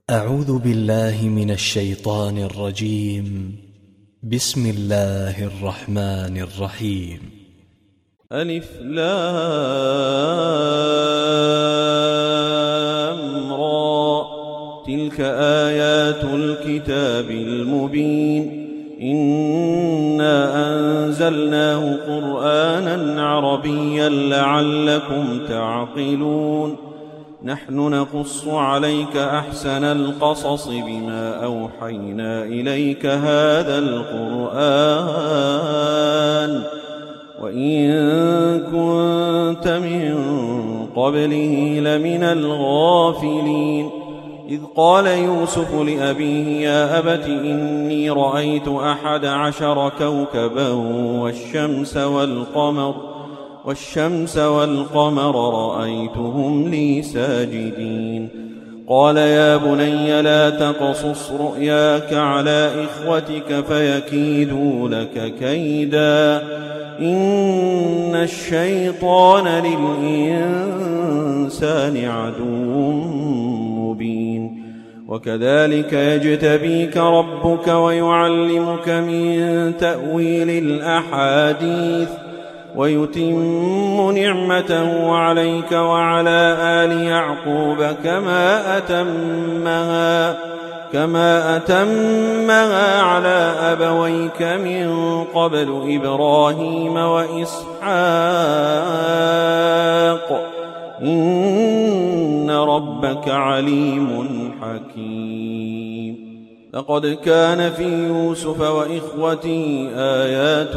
أعوذ بالله من الشيطان الرجيم. بسم الله الرحمن الرحيم. ألف لام را تلك آيات الكتاب المبين إنا أنزلناه قرآنا عربيا لعلكم تعقلون نحن نقص عليك أحسن القصص بما أوحينا إليك هذا القرآن وإن كنت من قبله لمن الغافلين إذ قال يوسف لأبيه يا أبت إني رأيت 11 كوكبا والشمس والقمر رأيتهم لي ساجدين قال يا بني لا تقصص رؤياك على إخوتك فيكيدوا لك كيدا إن الشيطان للإنسان عدو مبين وكذلك يجتبيك ربك ويعلمك من تأويل الأحاديث ويتم نعمته عليك وعلى آل يعقوب كما أتمها على أبويك من قبل إبراهيم وإسحاق إن ربك عليم حكيم لقد كان في يوسف وإخوته آيات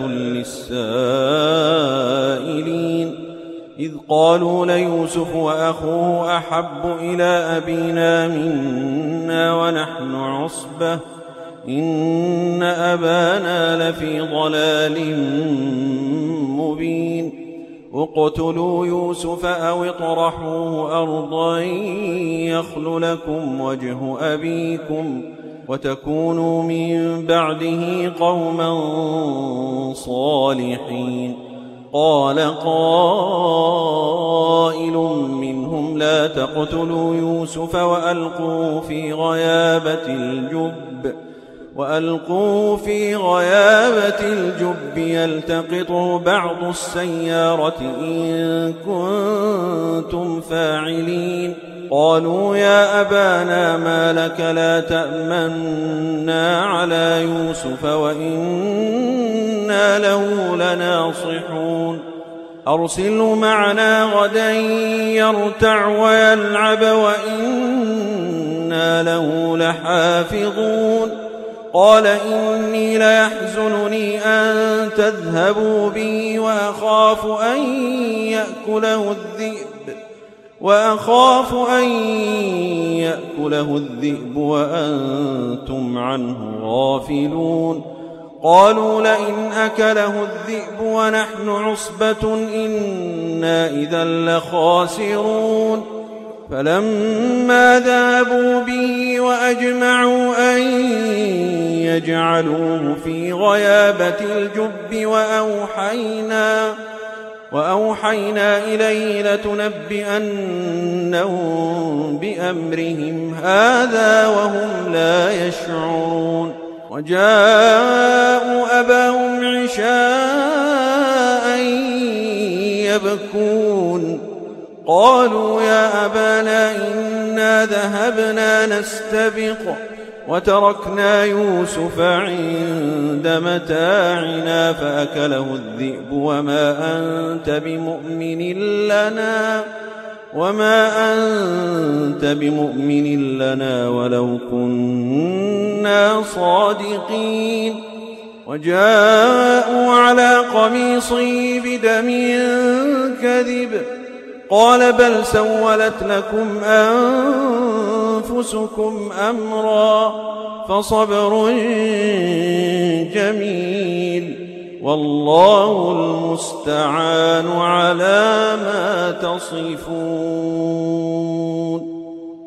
للسائلين إذ قالوا ليوسف وأخوه أحب إلى أبينا منا ونحن عصبة إن أبانا لفي ضلال مبين اقتلوا يوسف أو اطرحوه أرضا يخل لكم وجه أبيكم وتكونوا من بعده قوما صالحين قال قائل منهم لا تقتلوا يوسف وألقوا في غيابة الجب يلتقطه بعض السيارة إن كنتم فاعلين قالوا يا أبانا ما لك لا تأمنا على يوسف وإنا له لناصحون أرسله معنا غدا يرتع ويلعب وإنا له لحافظون قال إني ليحزنني أن تذهبوا بي وأخاف أن يأكله الذئب وأنتم عنه غافلون قالوا لئن أكله الذئب ونحن عصبة إنا إذا لخاسرون فلما ذهبوا به وأجمعوا أن يجعلوه في غيابة الجب وأوحينا إليه لتنبئنهم بأمرهم هذا وهم لا يشعرون وجاءوا أباهم عشاء يبكون قالوا يا أبانا إنا ذهبنا نستبق وتركنا يوسف عند متاعنا فأكله الذئب وما أنت بمؤمن لنا ولو كنا صادقين وجاءوا على قميصه بدم كذب قال بل سولت لكم أنفسكم أمرا فصبر جميل والله المستعان على ما تصفون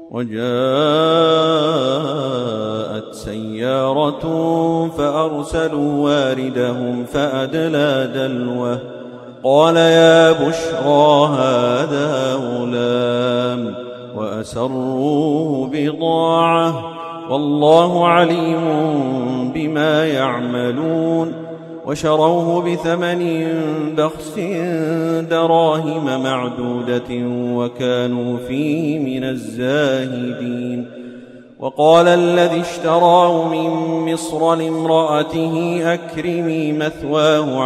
وجاءت سيارة فأرسلوا واردهم فأدلى دلوه قال يا بشرى هذا غلام وأسروه بضاعة والله عليم بما يعملون وشروه بثمن بخس دراهم معدودة وكانوا فيه من الزاهدين وقال الذي اشتراه من مصر لامرأته أكرمي مثواه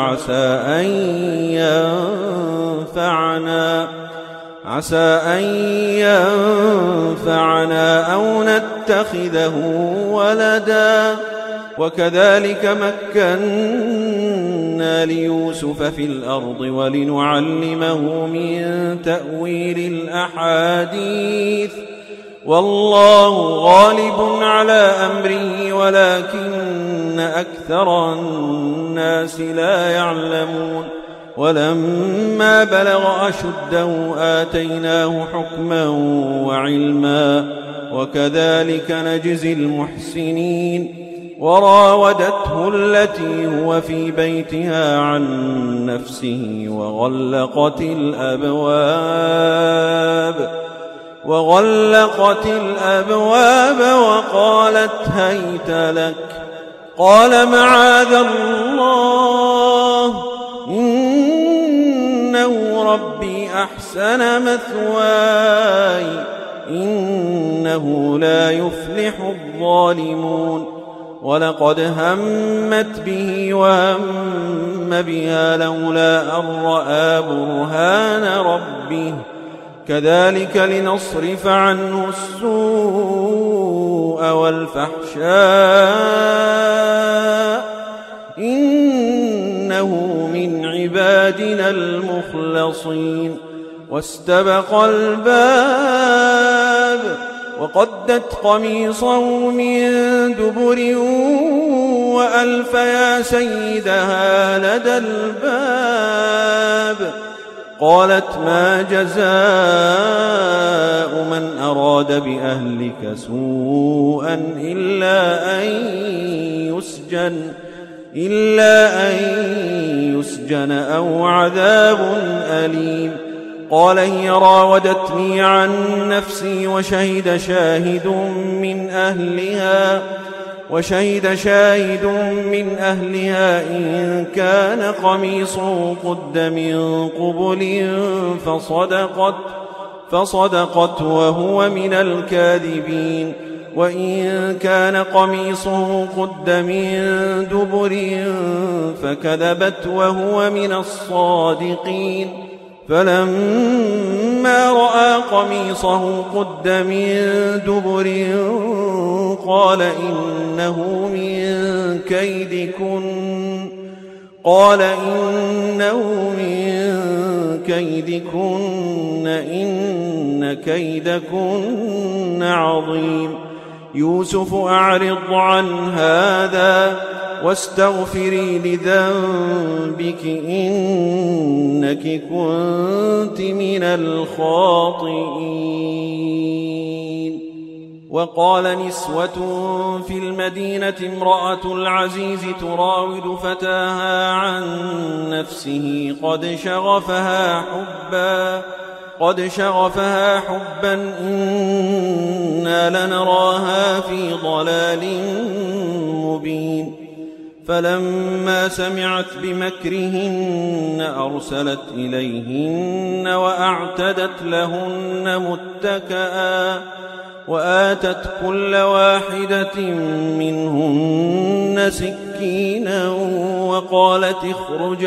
عسى أن ينفعنا أو نتخذه ولدا وكذلك مكنا ليوسف في الأرض ولنعلمه من تأويل الأحاديث والله غالب على أمره ولكن أكثر الناس لا يعلمون ولما بلغ أشده آتيناه حكما وعلما وكذلك نجزي المحسنين وراودته التي هو في بيتها عن نفسه وغلقت الأبواب وقالت هيت لك قال معاذ الله إنه ربي أحسن مثواي إنه لا يفلح الظالمون ولقد همت به وهم بها لولا أن رأى برهان ربه كذلك لنصرف عنه السوء والفحشاء إنه من عبادنا المخلصين واستبق الباب وقدت قميصه من دبر وألف يا سيدها لدى الباب قالت ما جزاء من أراد بأهلك سوءا إلا أن يسجن أو عذاب أليم قال هي راودتني عن نفسي وشهد شاهد من أهلها إن كان قميصه قد من قبل فصدقت وهو من الكاذبين وإن كان قميصه قد من دبر فكذبت وهو من الصادقين فلما رأى قميصه قد من دبر قال إنه من كيدكن إن كيدكن عظيم يوسف أعرض عن هذا واستغفري لذنبك إنك كنت من الخاطئين وقال نسوة في المدينة امرأة العزيز تراود فتاها عن نفسه قد شغفها حبا إنا لنراها في ضلال مبين فلما سمعت بمكرهن أرسلت إليهن وأعتدت لهن متكئا وآتت كل واحدة منهن سكينا وقالت اخرج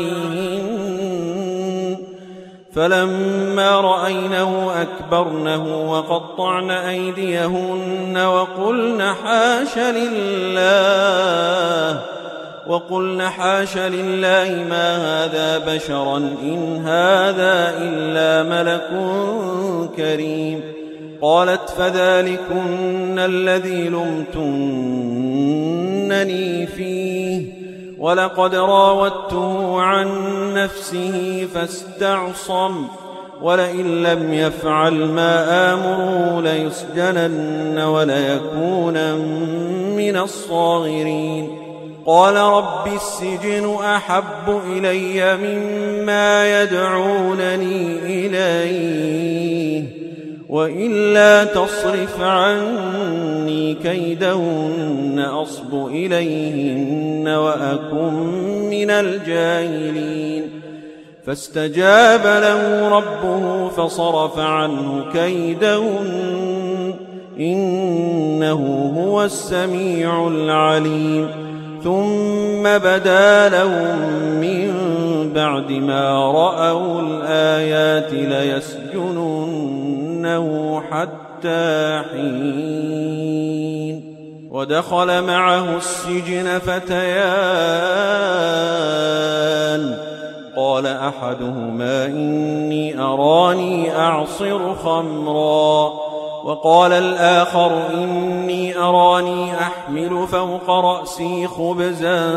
عليهن فلما رأينه أكبرنه وقطعن أيديهن وقلن حاش لله ما هذا بشرا إن هذا إلا ملك كريم قالت فذلكن الذي لمتنني فيه ولقد راودته عن نفسه فاستعصم ولئن لم يفعل ما آمره ليسجنن وليكون من الصاغرين قال رب السجن أحب إلي مما يدعونني إليه وإلا تصرف عني كيدهن أصب إليهن وأكن من الجاهلين فاستجاب له ربه فصرف عنه كيدهن إنه هو السميع العليم ثم بدا لهم من بعد ما رأوا الآيات ليسجننه حتى حين ودخل معه السجن فتيان قال أحدهما إني أراني أعصر خمرا وقال الآخر إني أراني أحمل فوق رأسي خبزا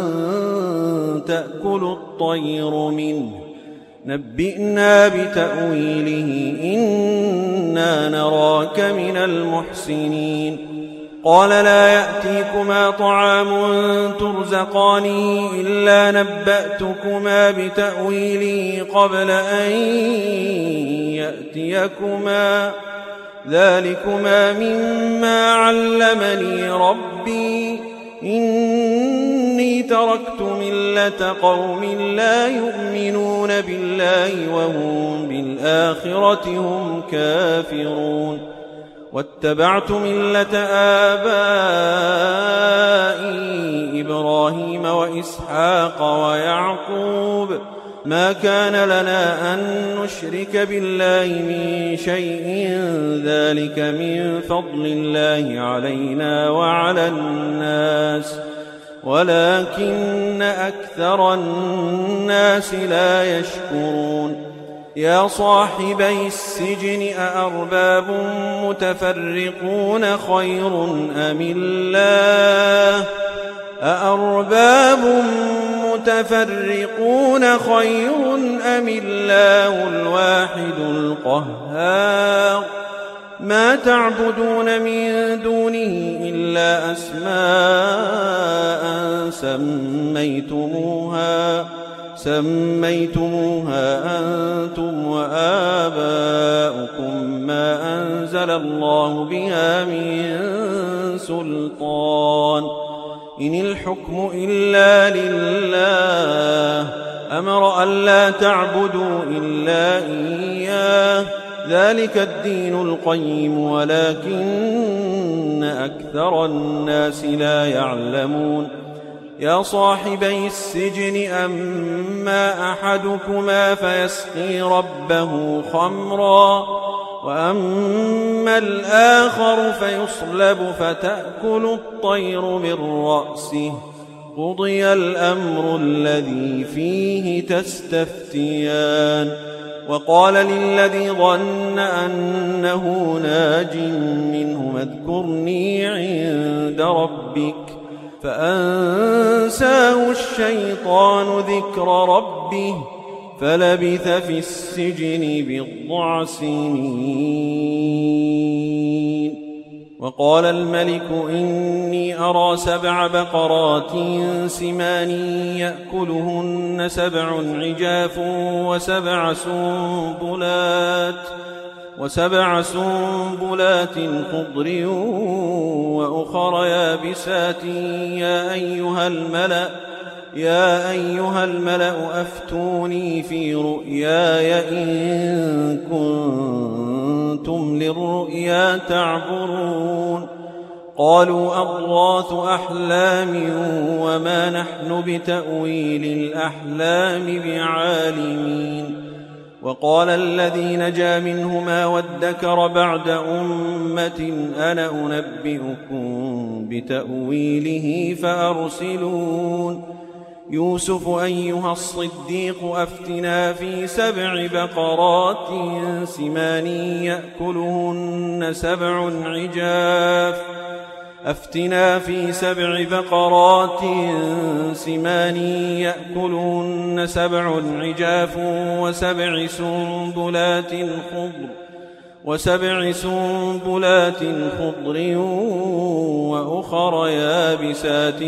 تأكل الطير منه نبئنا بتأويله إنا نراك من المحسنين قال لا يأتيكما طعام ترزقانه إلا نبأتكما بتأويله قبل أن يأتيكما ذلكما مما علمني ربي إني تركت ملة قوم لا يؤمنون بالله وهم بالآخرة هم كافرون واتبعت ملة آبائي إبراهيم وإسحاق ويعقوب ما كان لنا أن نشرك بالله من شيء ذلك من فضل الله علينا وعلى الناس ولكن أكثر الناس لا يشكرون يا صاحبي السجن أأرباب متفرقون خير أم الله الواحد القهار ما تعبدون من دونه إلا أسماء سميتموها أنتم وآباؤكم ما أنزل الله بها من سلطان إن الحكم إلا لله أمر ألا تعبدوا إلا إياه ذلك الدين القيم ولكن أكثر الناس لا يعلمون يا صاحبي السجن أما أحدكما فيسقي ربه خمرا وأما الآخر فيصلب فتأكل الطير من رأسه قضي الأمر الذي فيه تستفتيان وقال للذي ظن أنه ناج منه اذكرني عند ربك فأنساه الشيطان ذكر ربه فلبث في السجن بضع سنين وقال الملك إني أرى 7 بقرات سمان يأكلهن 7 عجاف وسبع سنبلات خضر وأخر يابسات يا أيها الملأ أفتوني في رؤياي إن كنتم للرؤيا تعبرون قالوا أضغاث أحلام وما نحن بتأويل الأحلام بعالمين وقال الذي نجا منهما وادكر بعد أمة أنا أنبئكم بتأويله فأرسلون يوسف أيها الصديق أفتنا في 7 بقرات سمان يأكلهن 7 عجاف أفتنا في 7 بقرات سمان يأكلهن 7 عجاف وسبع سنبلات خضر وأخر يابسات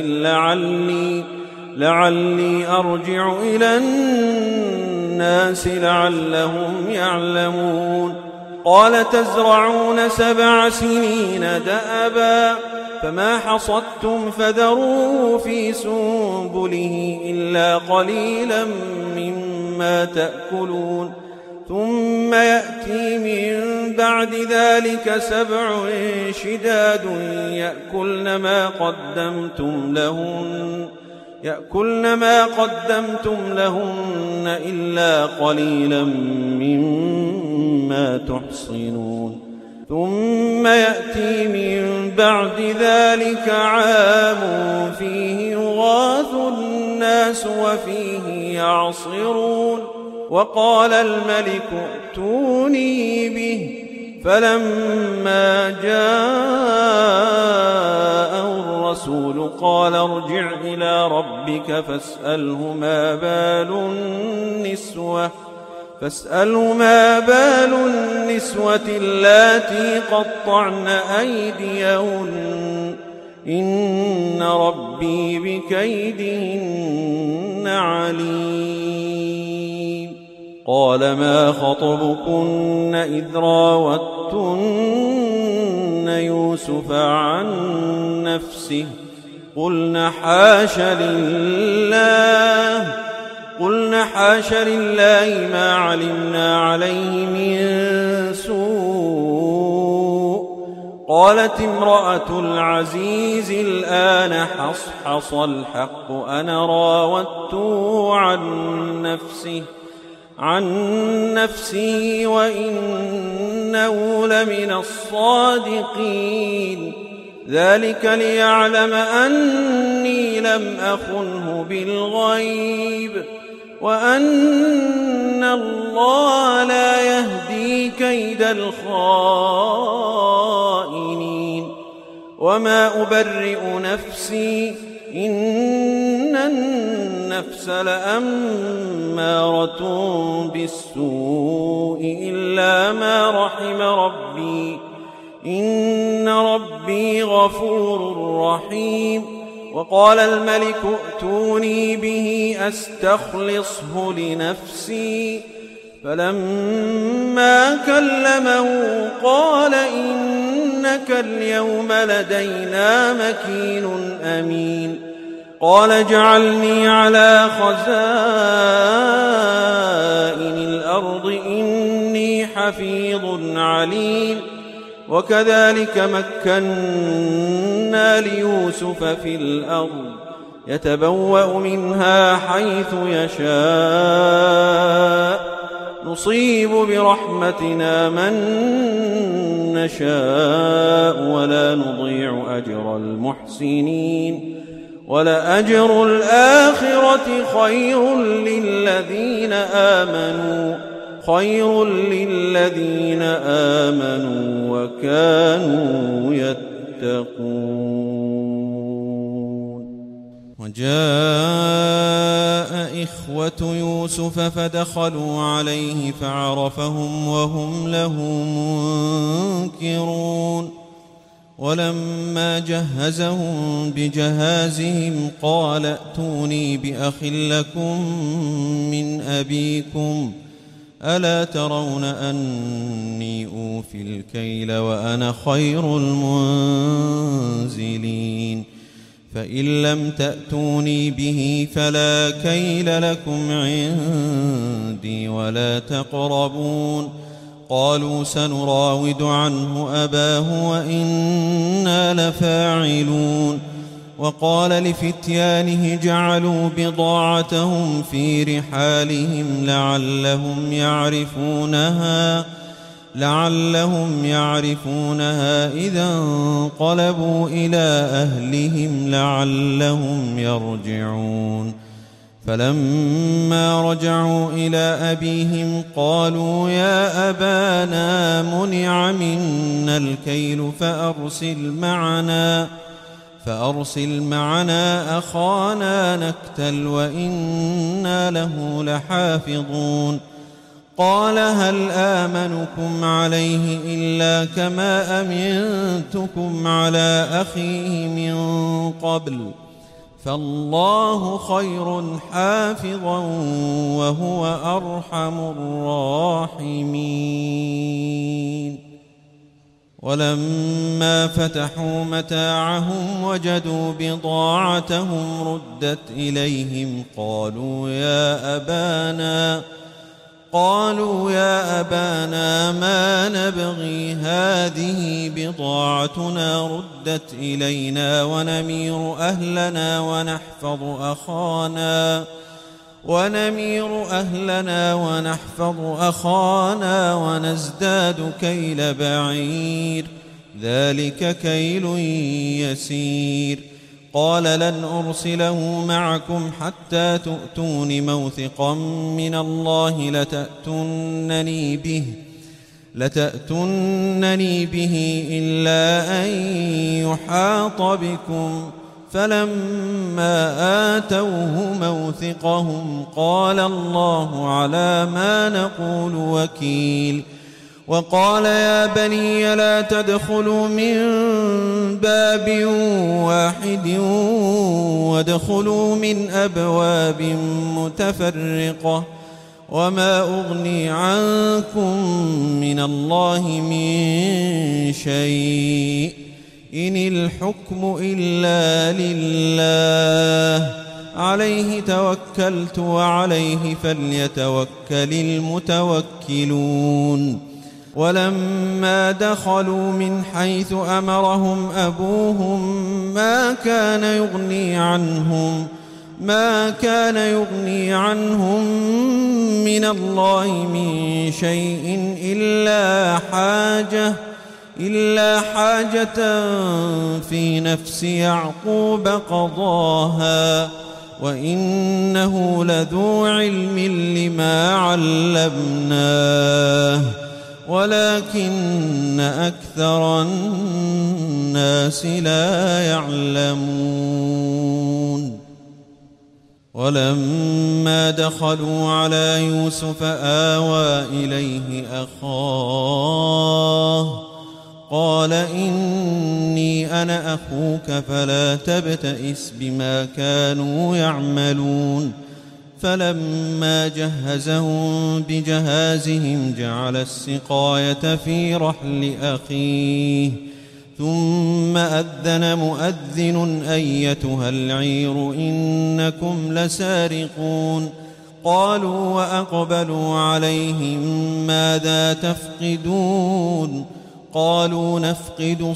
لعلي أرجع إلى الناس لعلهم يعلمون قال تزرعون 7 سنين دأبا فما حصدتم فذروه في سنبله إلا قليلا مما تأكلون ثم يأتي من بعد ذلك 7 شداد يأكلن ما قدمتم لهن إلا قليلا مما تحصنون ثم يأتي من بعد ذلك عام فيه يغاث الناس وفيه يعصرون وقال الملك ائتوني به فلما جاءه الرسول قال ارجع إلى ربك فاسأله ما بال النسوة اللاتي قطعن أيديهن إن ربي بكيدهن عليم قال ما خطبكن إذ راوتن يوسف عن نفسه قلن حاش لله ما علمنا عليه من سوء قالت امرأة العزيز الآن حصحص الحق أنا راودته عن نفسه وإنه لمن الصادقين ذلك ليعلم أني لم أخنه بالغيب وأن الله لا يهدي كيد الخائنين وما أبرئ نفسي إن النفس لأمارة بالسوء إلا ما رحم ربي إن ربي غفور رحيم وقال الملك ائتوني به أستخلصه لنفسي فلما كلمه قال إنك اليوم لدينا مكين أمين قال اجعلني على خزائن الأرض إني حفيظ عليم وكذلك مكنا ليوسف في الأرض يتبوأ منها حيث يشاء نصيب برحمتنا من نشاء ولا نضيع أجر المحسنين ولأجر الآخرة خير للذين آمنوا وكانوا يتقون وجاء إخوة يوسف فدخلوا عليه فعرفهم وهم له منكرون ولما جهزهم بجهازهم قال ائتوني بأخ لكم من أبيكم ألا ترون أني أوفي الكيل وأنا خير المنزلين فإن لم تأتوني به فلا كيل لكم عندي ولا تقربون قالوا سنراود عنه أباه وإنا لفاعلون وقال لفتيانه جعلوا بضاعتهم في رحالهم لعلهم يعرفونها إذا انقلبوا إلى أهلهم لعلهم يرجعون فلما رجعوا إلى أبيهم قالوا يا أبانا منع منا الكيل فأرسل معنا أخانا نكتل وإنا له لحافظون قال هل آمنكم عليه إلا كما أمنتكم على أخيه من قبل فالله خير حافظا وهو أرحم الراحمين. ولما فتحوا متاعهم وجدوا بضاعتهم ردت إليهم قالوا يا أبانا ما نبغي هذه بضاعتنا ردت إلينا ونمير أهلنا ونحفظ أخانا ونزداد كيل بعير ذلك كيل يسير. قال لن أرسله معكم حتى تؤتون موثقا من الله لتأتونني به إلا أن يحاط بكم. فلما آتوه موثقهم قال الله على ما نقول وكيل. وقال يا بني لا تدخلوا من باب واحد وادخلوا من أبواب متفرقة وما أغني عنكم من الله من شيء إن الحكم إلا لله عليه توكلت وعليه فليتوكل المتوكلون. ولما دخلوا من حيث أمرهم أبوهم ما كان يغني عنهم من الله من شيء إلا حاجة في نفس يعقوب قضاها وإنه لذو علم لما علمناه ولكن أكثر الناس لا يعلمون. ولما دخلوا على يوسف آوى إليه أخاه قال إني أنا أخوك فلا تبتئس بما كانوا يعملون. فلما جهزهم بجهازهم جعل السقاية في رحل أخيه ثم أذن مؤذن أيتها العير إنكم لسارقون. قالوا وأقبلوا عليهم ماذا تفقدون؟ قالوا نفقد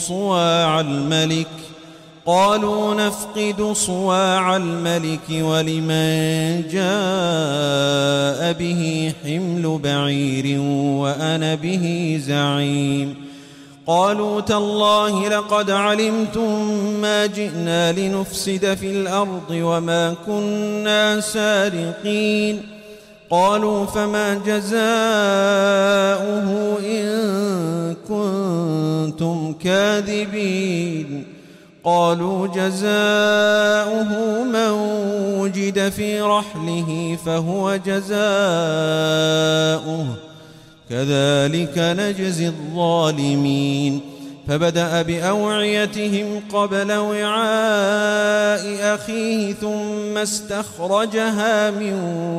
صواع الملك ولمن جاء به حمل بعير وأنا به زعيم. قالوا تالله لقد علمتم ما جئنا لنفسد في الأرض وما كنا سارقين. قالوا فما جزاؤه إن كنتم كاذبين؟ قالوا جزاؤه من وجد في رحله فهو جزاؤه كذلك نجزي الظالمين. فبدأ بأوعيتهم قبل وعاء أخيه ثم استخرجها من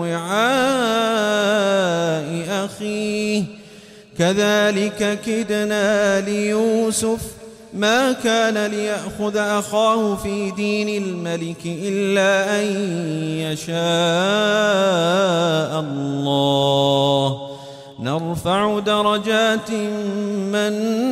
وعاء أخيه كذلك كدنا ليوسف ما كان ليأخذ أخاه في دين الملك إلا أن يشاء الله نرفع درجات من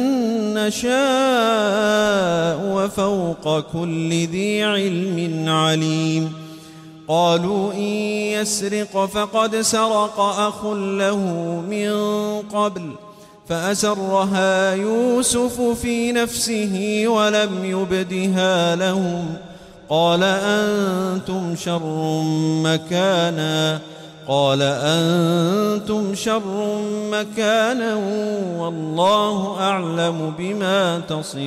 نشاء وفوق كل ذي علم عليم. قالوا إن يسرق فقد سرق أخ له من قبل فأسرها يوسف في نفسه ولم يبدها لهم. قال أنتم شر مكانا والله أعلم بما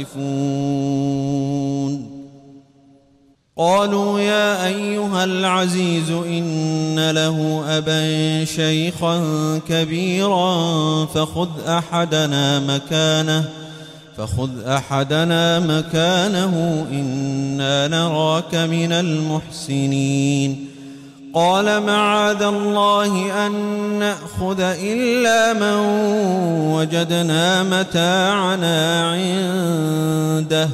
تصفون. قالوا يا أيها العزيز إن له أبا شيخا كبيرا فخذ فخذ أحدنا مكانه إنا نراك من المحسنين قال معاذ الله أن نأخذ إلا من وجدنا متاعنا عنده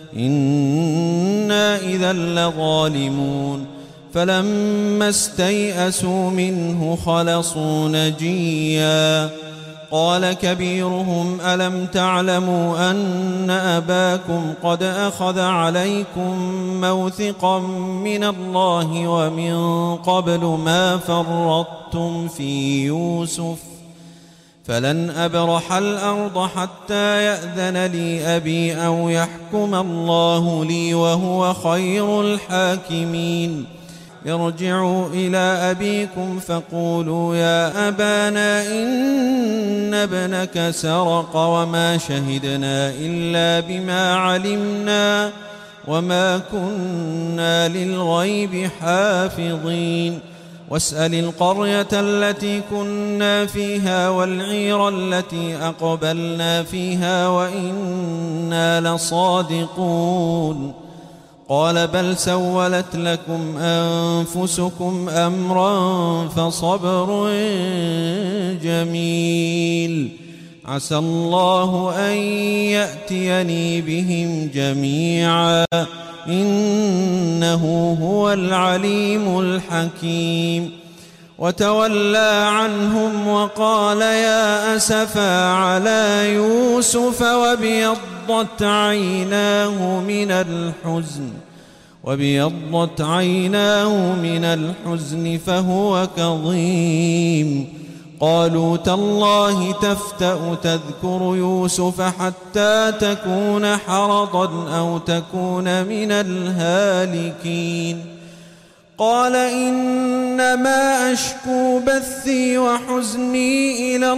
إنا إذا لظالمون فلما استيئسوا منه خلصوا نجيا قال كبيرهم ألم تعلموا أن أباكم قد أخذ عليكم موثقا من الله ومن قبل ما فرطتم في يوسف فلن أبرح الأرض حتى يأذن لي أبي أو يحكم الله لي وهو خير الحاكمين ارجعوا إلى أبيكم فقولوا يا أبانا إن ابنك سرق وما شهدنا إلا بما علمنا وما كنا للغيب حافظين واسأل القرية التي كنا فيها والعير التي أقبلنا فيها وإنا لصادقون قال بل سولت لكم أنفسكم أمرا فصبر جميل عسى الله أن يأتيني بهم جميعا إنه هو العليم الحكيم وتولى عنهم وقال يا أسفا على يوسف وابيضت عيناه من الحزن فهو كظيم قالوا تالله تفتأ تذكر يوسف حتى تكون حرضا أو تكون من الهالكين قال إنما أشكو بثي وحزني إلى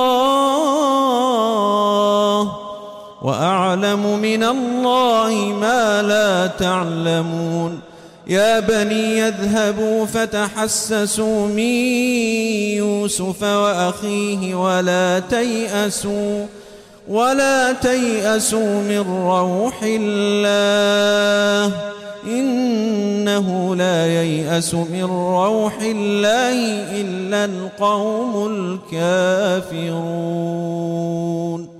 الله وأعلم من الله ما لا تعلمون يا بني يذهبوا فتحسسوا من يوسف وأخيه ولا تيأسوا من روح الله إنه لا ييأس من روح الله إلا القوم الكافرون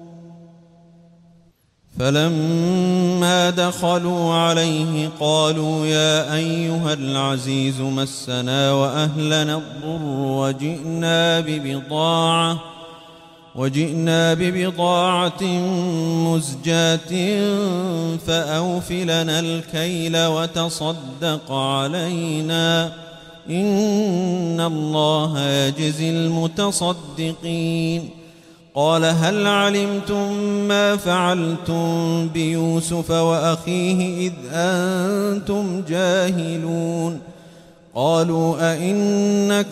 فلما دخلوا عليه قالوا يا أيها العزيز مسنا وأهلنا الضر وجئنا ببضاعة مزجاة فأوف لنا الكيل وتصدق علينا إن الله يجزي المتصدقين قال هل علمتم ما فعلتم بيوسف وأخيه إذ أنتم جاهلون قالوا أئنك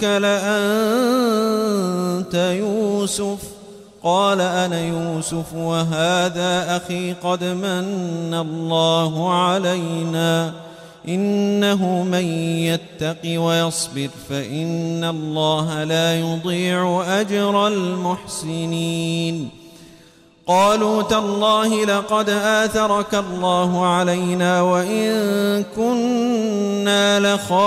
لأنت يوسف قال أنا يوسف وهذا أخي قد من الله علينا إنه من يتق ويصبر فإن الله لا يضيع أجر المحسنين قالوا تالله لقد آثرك الله علينا وإن كنا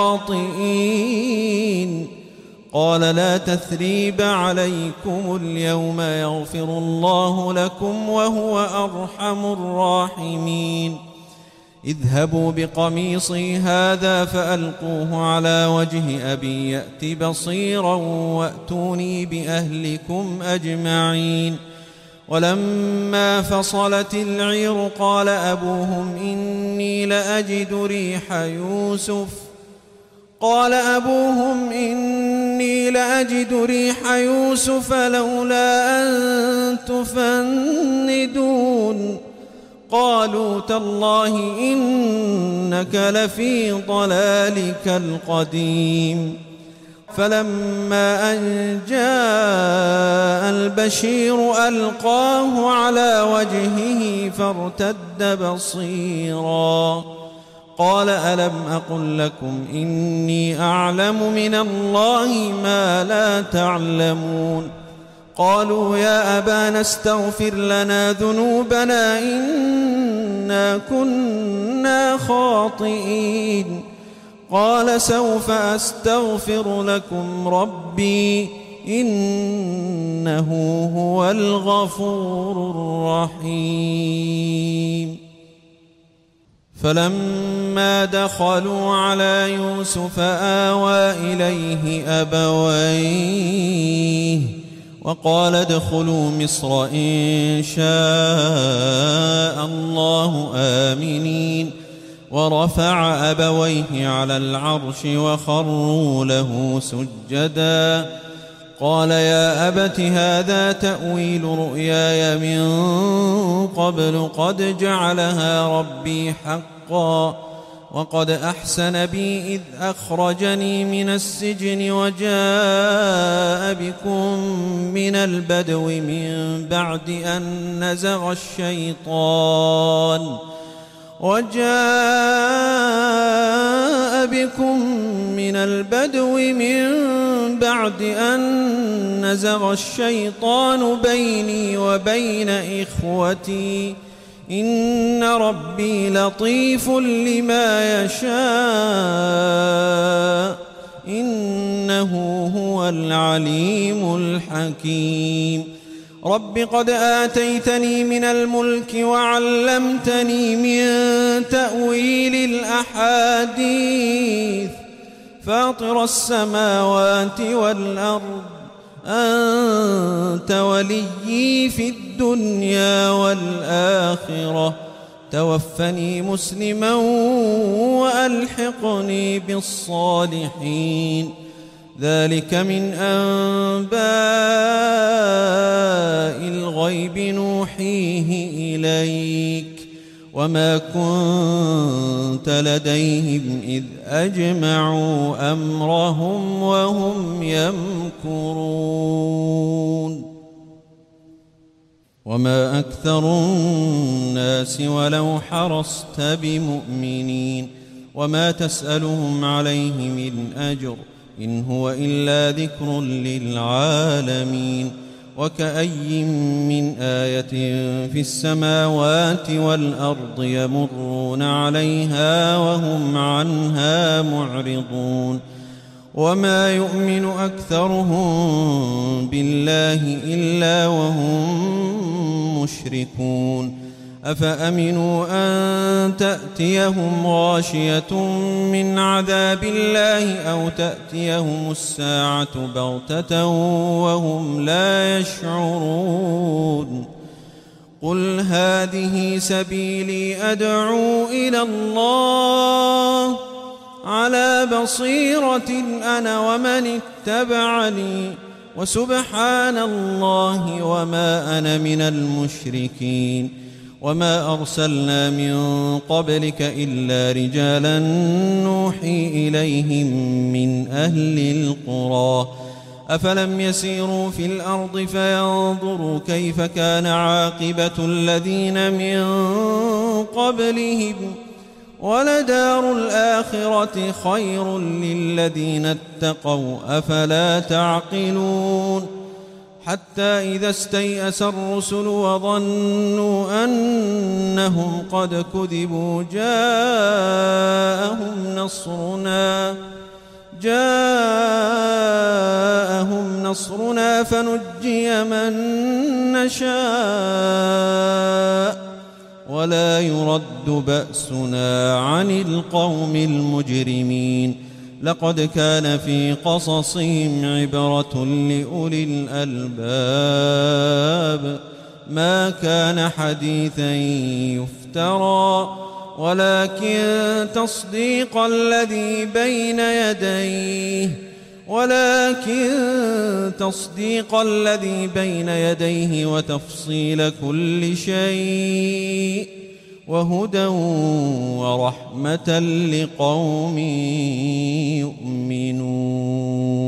لخاطئين قال لا تثريب عليكم اليوم يغفر الله لكم وهو أرحم الراحمين اذهبوا بقميصي هذا فألقوه على وجه أبي يأت بصيرا وأتوني بأهلكم أجمعين ولما فصلت العير قال أبوهم إني لأجد ريح يوسف لولا أن تفندون قالوا تالله إنك لفي ضلالك القديم فلما أن جاء البشير ألقاه على وجهه فارتد بصيرا قال ألم أقل لكم إني أعلم من الله ما لا تعلمون قالوا يا أبانا استغفر لنا ذنوبنا إنا كنا خاطئين. قال سوف أستغفر لكم ربي إنه هو الغفور الرحيم. فلما دخلوا على يوسف آوى إليه أبويه وقال ادخلوا مصر إن شاء الله آمنين. ورفع أبويه على العرش وخروا له سجدا. قال يا أبت هذا تأويل رؤياي من قبل قد جعلها ربي حقا وقد أحسن بي إذ أخرجني من السجن وجاء بكم من البدو من بعد أن نزغ الشيطان بيني وبين إخوتي إن ربي لطيف لما يشاء إنه هو العليم الحكيم. رب قد آتيتني من الملك وعلمتني من تأويل الأحاديث فاطر السماوات والأرض أنت وليي في الدنيا والآخرة توفني مسلما وألحقني بالصالحين. ذلك من أنباء الغيب نوحيه إليك وما كنت لديهم إذ أجمعوا أمرهم وهم يمكرون. وما أكثر الناس ولو حرصت بمؤمنين وما تسألهم عليه من أجر إن هو إلا ذكر للعالمين. وكأي من آية في السماوات والأرض يمرون عليها وهم عنها معرضون. وما يؤمن أكثرهم بالله إلا وهم مشركون. أفأمنوا أن تأتيهم غاشية من عذاب الله أو تأتيهم الساعة بغتة وهم لا يشعرون. قل هذه سبيلي أدعو إلى الله على بصيرة أنا ومن اتبعني وسبحان الله وما أنا من المشركين. وما أرسلنا من قبلك إلا رجالا نوحي إليهم من أهل القرى أفلم يسيروا في الأرض فينظروا كيف كان عاقبة الذين من قبلهم ولدار الآخرة خير للذين اتقوا أفلا تعقلون. حتى إذا استيأس الرسل وظنوا أنهم قد كذبوا جاءهم نصرنا فنجي من نشاء ولا يرد بأسنا عن القوم المجرمين. لقد كان في قصصهم عبرة لأولي الألباب ما كان حديثا يفترى ولكن تصديق الذي بين يديه وتفصيل كل شيء وهدى ورحمة لقوم يؤمنون.